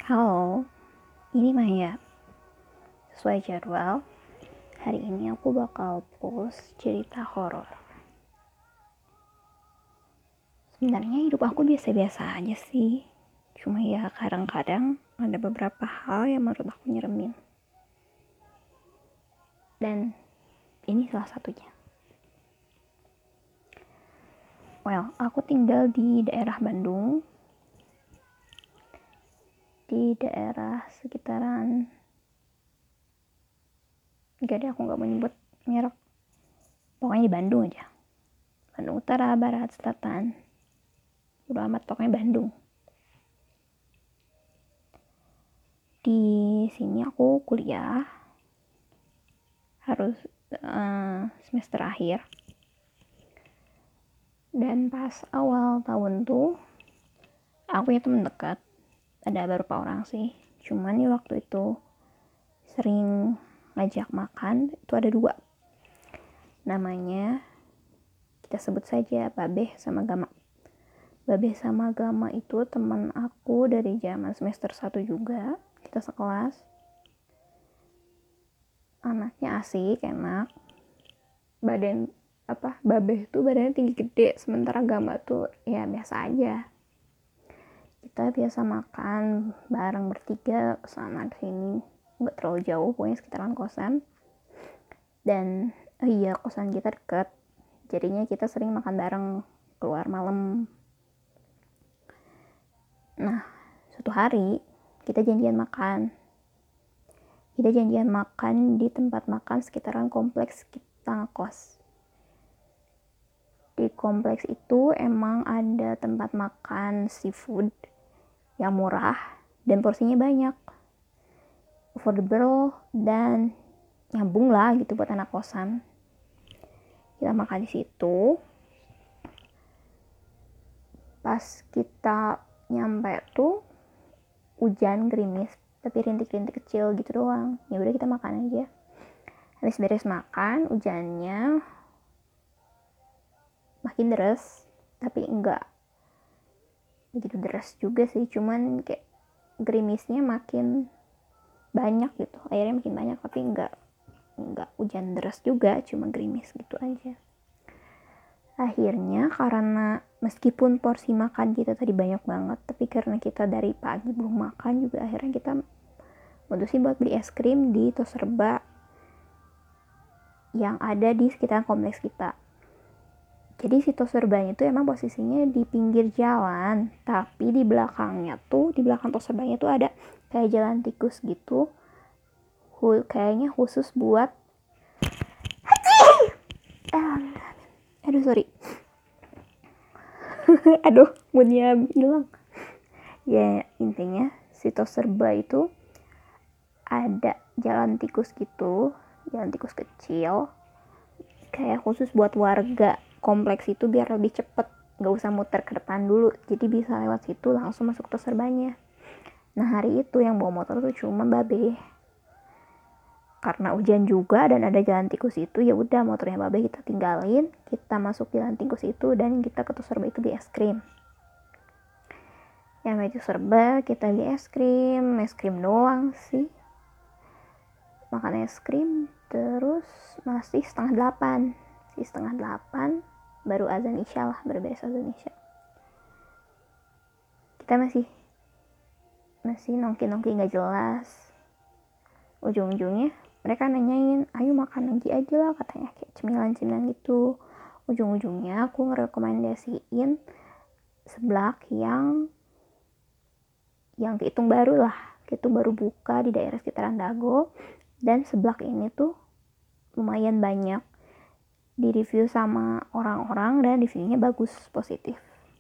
Halo, ini Maya. Sesuai jadwal, hari ini aku bakal post cerita horor. Sebenarnya hidup aku biasa-biasa aja sih. Cuma ya kadang-kadang ada beberapa hal yang menurut aku nyeremin. Dan ini salah satunya. Aku tinggal di daerah Bandung. Di daerah sekitaran, jadi aku gak mau nyebut merek. Pokoknya di Bandung aja. Bandung Utara, Barat, Selatan. Udah amat, pokoknya Bandung. Di sini aku kuliah, harus semester akhir. Dan pas awal tahun tuh aku punya temen dekat, ada beberapa orang sih, cuman ya waktu itu sering ngajak makan. Itu ada 2, namanya kita sebut saja Babeh sama Gama. Babeh sama Gama itu teman aku dari zaman semester 1 juga, kita sekelas. Anaknya asik, enak, badan Babeh tuh badannya tinggi gede, sementara Gama tuh ya biasa aja. Kita biasa makan bareng bertiga kesana kesini, nggak terlalu jauh, pokoknya sekitaran kosan. Dan kosan kita deket, jadinya kita sering makan bareng, keluar malam. Nah, suatu hari kita janjian makan di tempat makan sekitaran kompleks kita ngekos. Di kompleks itu emang ada tempat makan seafood yang murah dan porsinya banyak, affordable dan nyambung lah gitu buat anak kosan. Kita makan di situ. Pas kita nyampe tuh hujan gerimis, tapi rintik-rintik kecil gitu doang. Ya udah kita makan aja. Habis beres makan, hujannya makin deras, tapi enggak begitu deras juga sih, cuman kayak gerimisnya makin banyak gitu, airnya makin banyak, tapi enggak hujan deras juga, cuma gerimis gitu aja. Akhirnya karena meskipun porsi makan kita tadi banyak banget, tapi karena kita dari pagi belum makan juga, akhirnya kita mutusin buat beli es krim di Tos Serba yang ada di sekitar kompleks kita. Jadi si Tos Serbanya itu emang posisinya di pinggir jalan, tapi di belakangnya tuh, di belakang Tos Serbanya tuh ada kayak jalan tikus gitu, kayaknya khusus buat aduh sorry aduh moodnya hilang. Ya intinya si Tos Serba itu ada jalan tikus gitu, jalan tikus kecil kayak khusus buat warga kompleks itu biar lebih cepet, nggak usah muter ke depan dulu, jadi bisa lewat situ langsung masuk Tos Serbanya. Nah hari itu yang bawa motor tuh cuma Babe, karena hujan juga dan ada jalan tikus itu, ya udah motornya Babe kita tinggalin, kita masuk jalan tikus itu dan kita ke Tos Serba itu beli es krim. Yang itu Serba kita beli es krim doang sih, makan es krim. Terus masih setengah 8 baru azan isya lah, baru beres azan isya. Kita masih nongki nggak jelas. Ujung-ujungnya mereka nanyain, ayo makan lagi aja lah katanya, kayak cemilan gitu. Ujung-ujungnya aku ngerekomendasiin seblak yang kehitung baru lah, kehitung baru buka di daerah sekitaran Dago. Dan seblak ini tuh lumayan banyak di review sama orang-orang dan reviewnya bagus, positif.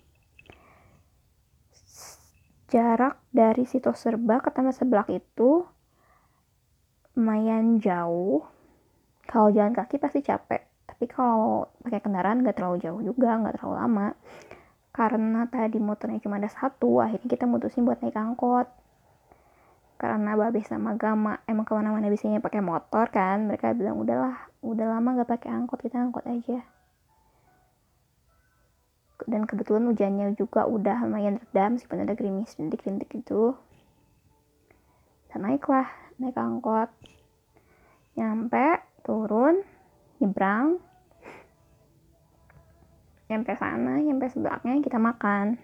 Jarak dari si Tos Serba ke tempat seblak itu lumayan jauh. Kalau jalan kaki pasti capek, tapi kalau pakai kendaraan gak terlalu jauh juga, gak terlalu lama. Karena tadi motornya cuma ada 1, akhirnya kita mutusin buat naik angkot. Karena Babe sama Gama emang kemana-mana biasanya pakai motor kan, mereka bilang udah lama gak pakai angkot, kita angkot aja. Dan kebetulan hujannya juga udah lumayan redam, meskipun ada gerimis rintik-rintik gitu. Kita naik angkot, nyampe, turun, nyebrang, nyampe sebelahnya kita makan,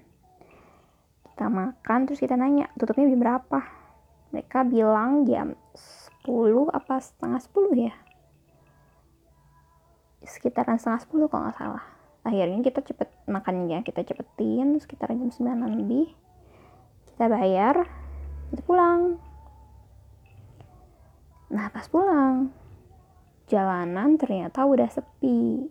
terus kita nanya tutupnya jam berapa. Mereka bilang jam 10 apa setengah 10 ya, sekitaran setengah 10 kalau nggak salah. Akhirnya kita cepet makannya, kita cepetin sekitar jam 9 lebih, kita bayar, kita pulang. Nah pas pulang, jalanan ternyata udah sepi.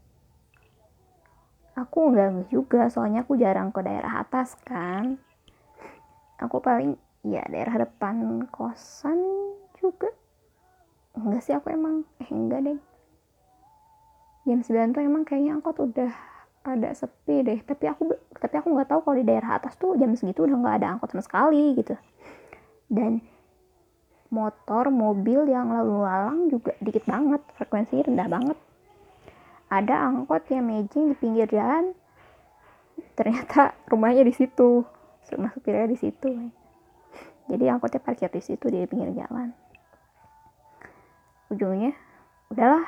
Aku enggak juga, soalnya aku jarang ke daerah atas kan. Aku paling ya daerah depan kosan juga. Enggak sih, aku emang enggak deh. Jam 9 tuh emang kayaknya angkot udah ada sepi deh. Tapi aku nggak tahu kalau di daerah atas tuh jam segitu udah nggak ada angkot sama sekali gitu. Dan motor, mobil yang lalu lalang juga dikit banget, frekuensinya rendah banget. Ada angkot yang mejing di pinggir jalan, ternyata rumahnya di situ, rumah supirnya di situ. Jadi angkotnya parkir di situ di pinggir jalan. Ujungnya, udahlah,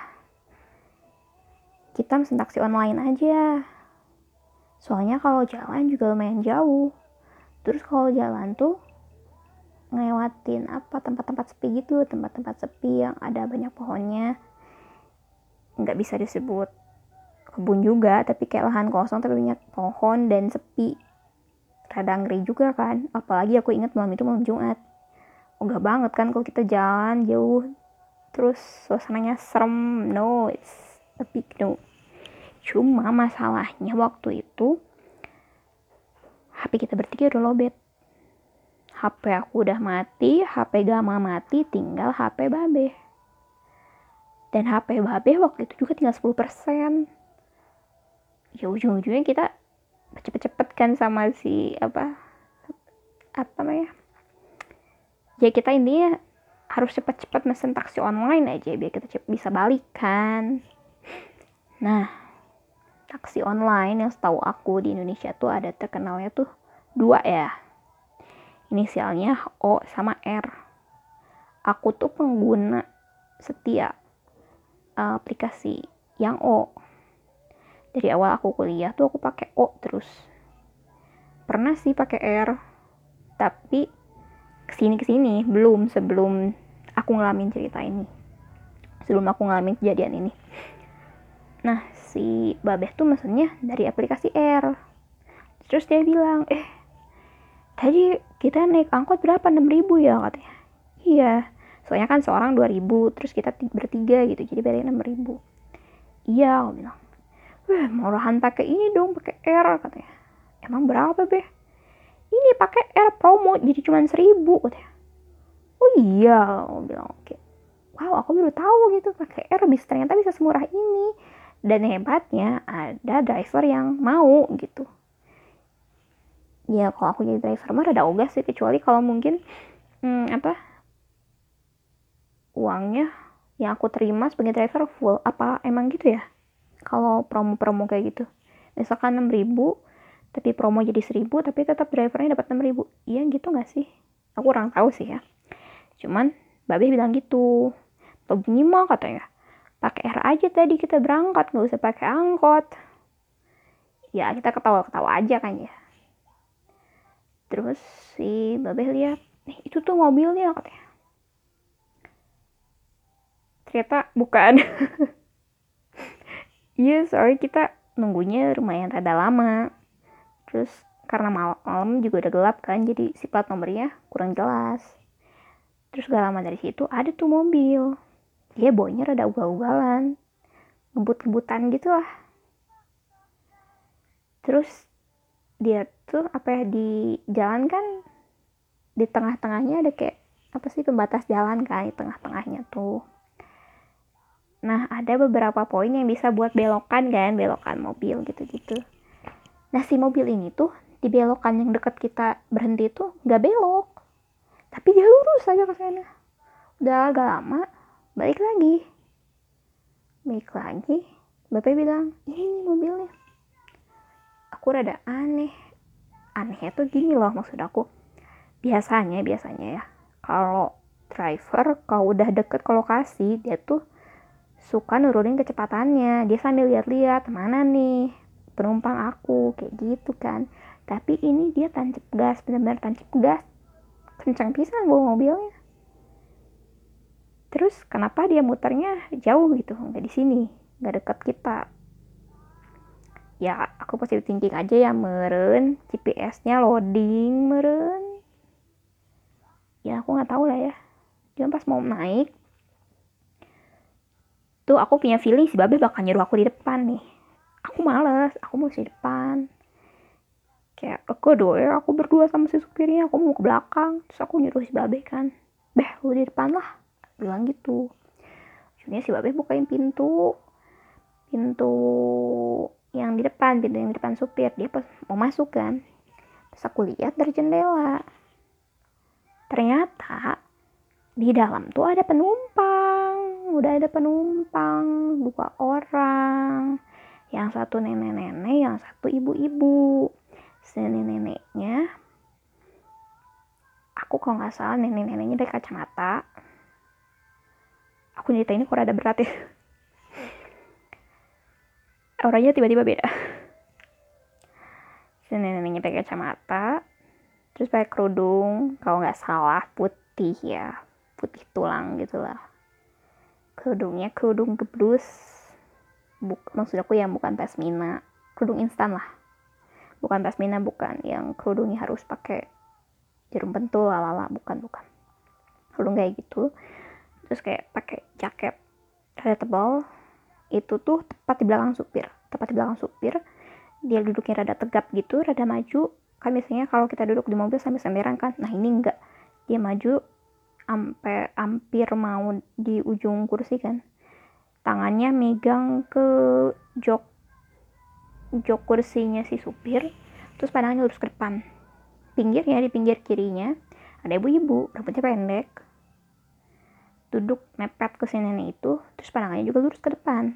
kita mesen taksi online aja. Soalnya kalau jalan juga lumayan jauh. Terus kalau jalan tuh ngelewatin tempat-tempat sepi gitu, tempat-tempat sepi yang ada banyak pohonnya. Nggak bisa disebut kebun juga, tapi kayak lahan kosong tapi banyak pohon dan sepi. Rada ngeri juga kan, apalagi aku ingat malam itu malam Jumat. Ogah banget kan kalau kita jalan jauh terus suasananya serem. No, it's a big no. Cuma masalahnya waktu itu HP kita bertiga udah lowbat. HP aku udah mati, HP Gama mati, tinggal HP Babe. Dan HP Babe waktu itu juga tinggal 10%. Ya ujung-ujungnya kita cepet-cepet kan sama si apa namanya, ya kita intinya harus cepet-cepet mesen taksi online aja biar kita bisa balik kan. Nah, taksi online yang setahu aku di Indonesia tuh ada terkenalnya tuh 2 ya, inisialnya O sama R. Aku tuh pengguna setia aplikasi yang O. Dari awal aku kuliah tuh aku pakai O terus. Pernah sih pakai R, tapi kesini belum, sebelum aku ngalamin cerita ini, sebelum aku ngalamin kejadian ini. Nah si Babeh tuh mesennya dari aplikasi R. Terus dia bilang, tadi kita naik angkot berapa, 6.000 ya katanya. Iya, soalnya kan seorang 2.000, terus kita bertiga gitu, jadi bayarnya 6.000. Iya, aku bilang, murahan pakai ini dong, pakai R katanya. Emang berapa Beh? Ini pakai R promo jadi cuma 1.000 katanya. Oh iya, aku bilang oke. Wow, aku baru tahu gitu pakai R ternyata bisa semurah ini. Dan hebatnya ada driver yang mau gitu. Ya kalau aku jadi driver mah rada ogah sih, kecuali kalau mungkin uangnya yang aku terima sebagai driver full. Apa emang gitu ya kalau promo-promo kayak gitu, misalkan 6.000 tapi promo jadi 1.000 tapi tetap drivernya dapat 6.000, iya gitu nggak sih? Aku kurang tahu sih ya. Cuman Babe bilang gitu. Bunyi mah katanya pakai R aja tadi kita berangkat, nggak usah pakai angkot. Ya kita ketawa-ketawa aja kan ya. Terus si Babe lihat, itu tuh mobilnya katanya. Ternyata bukan. Iya, soalnya kita nunggunya lumayan rada lama. Terus karena malam juga udah gelap kan, jadi si plat nomornya kurang jelas. Terus gak lama dari situ ada tuh mobil. Dia bawanya rada ugal-ugalan, ngebut-ngebutan gitu lah. Terus dia tuh di jalan kan, di tengah-tengahnya ada kayak pembatas jalan kan, di tengah-tengahnya tuh. Nah ada beberapa poin yang bisa buat belokan mobil gitu-gitu. Nah si mobil ini tuh di belokan yang deket kita berhenti tuh gak belok, tapi dia lurus aja ke sana. Udah agak lama balik lagi. Bapak bilang, ini mobilnya. Aku rada anehnya tuh gini loh, maksud aku biasanya ya Kalau driver kalau udah deket ke lokasi dia tuh suka nurunin kecepatannya, dia sambil lihat-lihat mana nih penumpang aku, kayak gitu kan. Tapi ini dia tancap gas, benar-benar tancap gas, kencang pisan bawa mobilnya. Terus kenapa dia muternya jauh gitu, nggak di sini, nggak dekat kita. Ya aku positive thinking aja ya, meren GPS-nya loading meren. Ya aku nggak tahu lah ya. Cuma pas mau naik tuh aku punya feeling si babe bakal nyuruh aku di depan nih. Aku males, aku mau di depan. Kayak aku berdua sama si supirnya, aku mau ke belakang. Terus aku nyuruh si babe kan, beh lu di depan lah, bilang gitu. Akhirnya si babe bukain pintu yang di depan, pintu yang di depan supir. Dia pas mau masuk kan, terus aku lihat dari jendela, ternyata di dalam tuh ada penumpang. Udah ada penumpang 2 orang, yang satu nenek-nenek, yang satu ibu-ibu. Si nenek-neneknya, aku kalau nggak salah nenek-neneknya pakai kacamata. Aku cerita ini kok rada berat ya. Orangnya tiba-tiba beda. Si nenek-neneknya pakai kacamata, terus pakai kerudung, kalau nggak salah putih ya, putih tulang gitulah. Kerudungnya kerudung geblus. Maksud aku yang bukan pasmina, kerudung instan lah. Bukan pasmina, bukan yang kerudungnya harus pakai jarum pentul lalala, bukan. Kerudung kayak gitu. Terus kayak pakai jaket rada tebal. Itu tuh tepat di belakang supir. Dia duduknya rada tegap gitu, rada maju. Kan biasanya kalau kita duduk di mobil sambil senderan kan. Nah ini enggak, dia maju sampai hampir mau di ujung kursi kan. Tangannya megang ke jok kursinya si supir, terus pandangannya lurus ke depan. Di pinggir kirinya ada ibu-ibu, rambutnya pendek, duduk mepet ke si nenek itu, terus pandangannya juga lurus ke depan.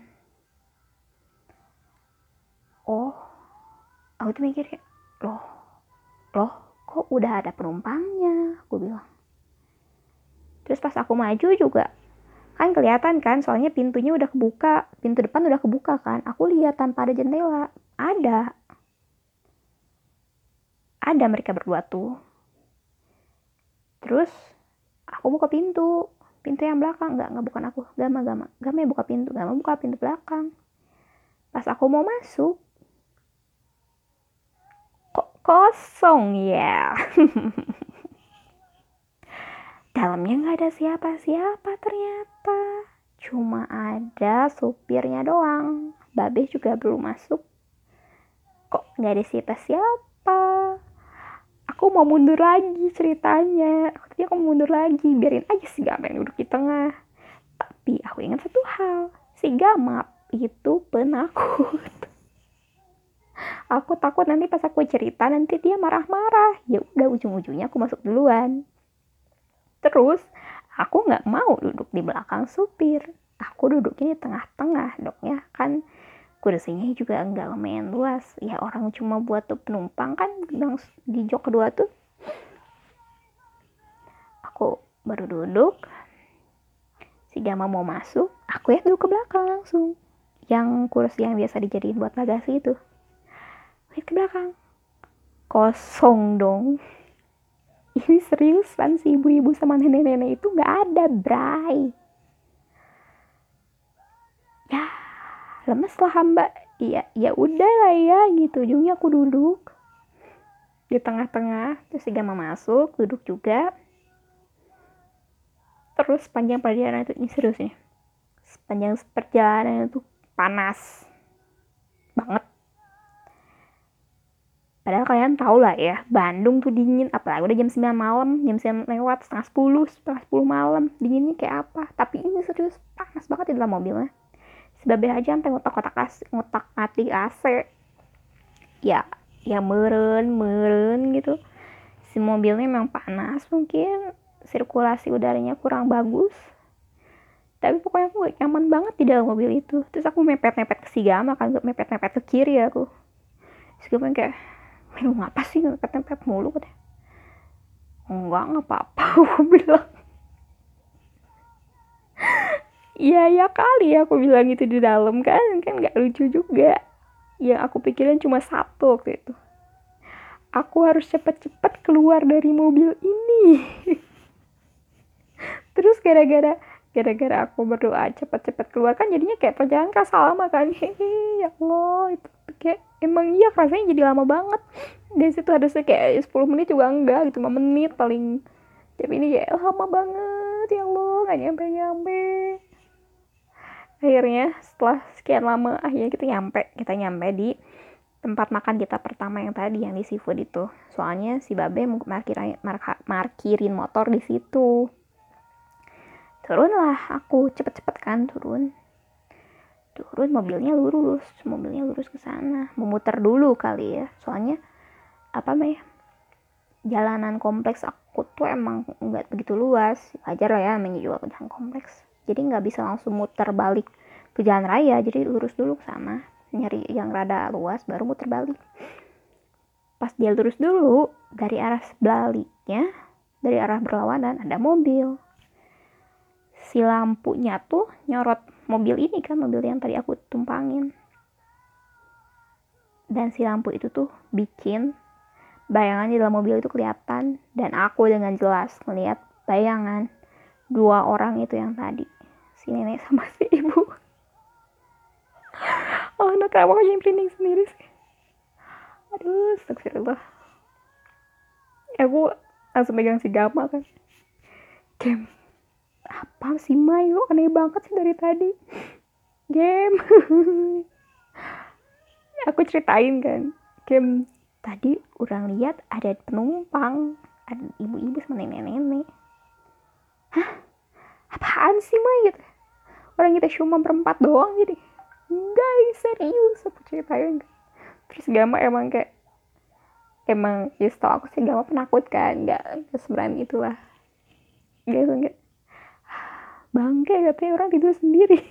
Oh, aku tuh mikir kayak, loh, kok udah ada penumpangnya, aku bilang. Terus pas aku maju juga, kan kelihatan kan, soalnya pintunya udah kebuka, pintu depan udah kebuka kan, aku lihat tanpa ada jendela, ada mereka berdua tuh. Terus aku buka pintu yang belakang, nggak bukan aku, Gama yang buka pintu belakang. Pas aku mau masuk, kok kosong ya. Dalamnya nggak ada siapa-siapa ternyata, cuma ada supirnya doang. Babe juga belum masuk, kok nggak ada siapa-siapa. Aku mau mundur lagi ceritanya. Aku mau mundur lagi, biarin aja si Gama yang duduk di tengah. Tapi aku ingat satu hal, si Gama itu penakut. Aku takut nanti pas aku cerita nanti dia marah-marah. Ya udah, ujung-ujungnya aku masuk duluan. Terus aku nggak mau duduk di belakang supir. Aku duduknya di tengah-tengah dong ya kan. Kursinya juga nggak lumayan luas. Ya orang cuma buat tuh penumpang kan, yang di jok kedua tuh. Aku baru duduk, si Gama mau masuk, aku ya duduk ke belakang langsung. Yang kursi yang biasa dijadiin buat bagasi itu. Lihat ke belakang, kosong dong. Ini seriusan, si ibu-ibu sama nenek-nenek itu nggak ada, bray. Ya lemes lah hamba. Ya udah lah ya gitu. Ujungnya aku duduk di tengah-tengah. Terus si Gama masuk, duduk juga. Terus sepanjang perjalanan itu, ini serius nih, sepanjang perjalanan itu panas banget. Padahal kalian tau lah ya, Bandung tuh dingin, apalagi udah jam 9 malam, jam 9 lewat, setengah 10 malam, dinginnya kayak apa. Tapi ini serius panas banget di dalam mobilnya. Sebabnya aja sampai ngotak mati AC. Ya meren gitu. Si mobilnya memang panas, mungkin sirkulasi udaranya kurang bagus. Tapi pokoknya aku gak nyaman banget di dalam mobil itu. Terus aku mepet-mepet ke si Gama kan, mepet-mepet ke kiri aku. Terus gue kayak, lu ngapa sih mepet-mepet mulu katanya. enggak apa-apa. Aku bilang, iya ya kali aku bilang itu di dalam, kan nggak lucu juga. Yang aku pikirin cuma satu waktu itu, aku harus cepet-cepet keluar dari mobil ini. Terus gara-gara aku berdoa cepet-cepet keluar, kan jadinya kayak perjalanan kerasa lama kan. Hehe, ya Allah, itu kayak emang iya rasanya jadi lama banget. Dari situ harusnya kayak 10 menit juga enggak gitu, 5 menit paling. Tapi ini kayak lama banget, ya Allah, gak nyampe-nyampe. Akhirnya setelah sekian lama, akhirnya kita nyampe di tempat makan kita pertama yang tadi, yang di seafood itu. Soalnya si Babe mau markirin motor di situ. Turunlah aku, cepet-cepet kan turun mobilnya lurus ke sana. Memutar dulu kali ya, soalnya apa namanya, jalanan kompleks aku tuh emang nggak begitu luas, wajar lah ya, namanya juga jalan kompleks, jadi nggak bisa langsung muter balik ke jalan raya, jadi lurus dulu ke sana, nyari yang rada luas baru muter balik. Pas dia lurus dulu, dari arah sebaliknya, dari arah berlawanan ada mobil. Si lampunya tuh nyorot mobil ini kan, mobil yang tadi aku tumpangin. Dan si lampu itu tuh bikin bayangan di dalam mobil itu kelihatan, dan aku dengan jelas melihat bayangan dua orang itu yang tadi, si nenek sama si ibu. Oh, kenapa aku jadi merinding sendiri sih? Aduh, astagfirullah. Aku langsung megang si Gama kan. Game, apa sih Mai, lo aneh banget sih dari tadi. Game. Aku ceritain kan, Game, tadi orang lihat ada penumpang, ada ibu-ibu sama nenek-nenek. Hah? Apaan sih Mai gitu? Orang kita cuma berempat doang jadi. Enggak, serius aku ceritain kan. Terus Gama emang ya setau aku sih Gama penakut kan, nggak seberani itulah. Gak bangke katanya, orang tidur sendiri.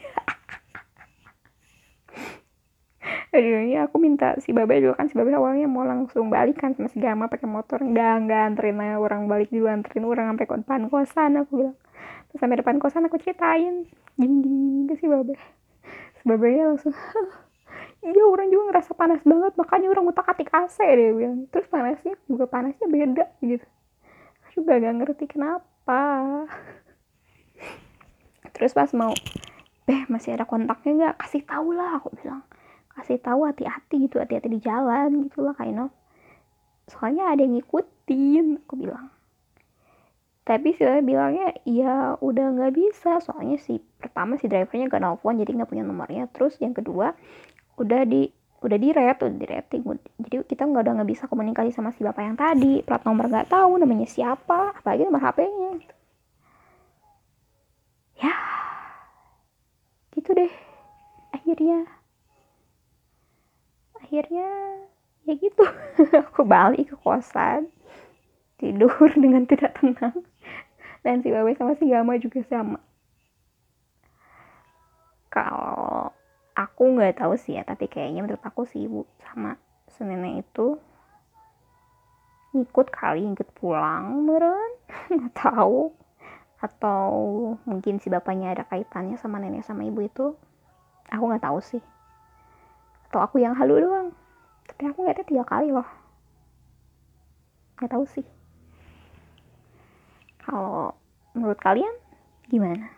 Akhirnya aku minta si Babe juga kan, si Babe awalnya mau langsung balik kan sama si Gama pakai motor, enggak anterin aja orang balik dulu, anterin orang sampai depan kosan, aku bilang. Terus sampai depan kosan aku ceritain gini ke si Babe. Si Babe nya langsung, iya orang juga ngerasa panas banget, makanya orang utak-atik AC, dia bilang. Terus panasnya beda gitu, aku juga gak ngerti kenapa. Terus pas mau, masih ada kontaknya nggak, kasih tahu lah, aku bilang, kasih tahu, hati-hati gitu, hati-hati di jalan gitu lah, kayak soalnya ada yang ngikutin, aku bilang. Tapi sih bilangnya ya udah nggak bisa, soalnya pertama si drivernya gak nelfon, jadi nggak punya nomornya. Terus yang kedua udah di rating, jadi kita udah nggak bisa komunikasi sama si bapak yang tadi, plat nomor nggak tahu, namanya siapa, apalagi nomor HP-nya gitu. Ya gitu deh, akhirnya ya gitu. Aku balik ke kosan, tidur dengan tidak tenang, dan si Babe sama si Gama juga sama. Kalau aku nggak tahu sih ya, tapi kayaknya menurut aku si ibu sama si nenek itu ngikut pulang meren. Nggak tahu, atau mungkin si bapaknya ada kaitannya sama nenek sama ibu itu, aku nggak tahu sih, atau aku yang halu doang. Tapi aku lihatnya 3 kali loh, nggak tahu sih. Kalau menurut kalian gimana?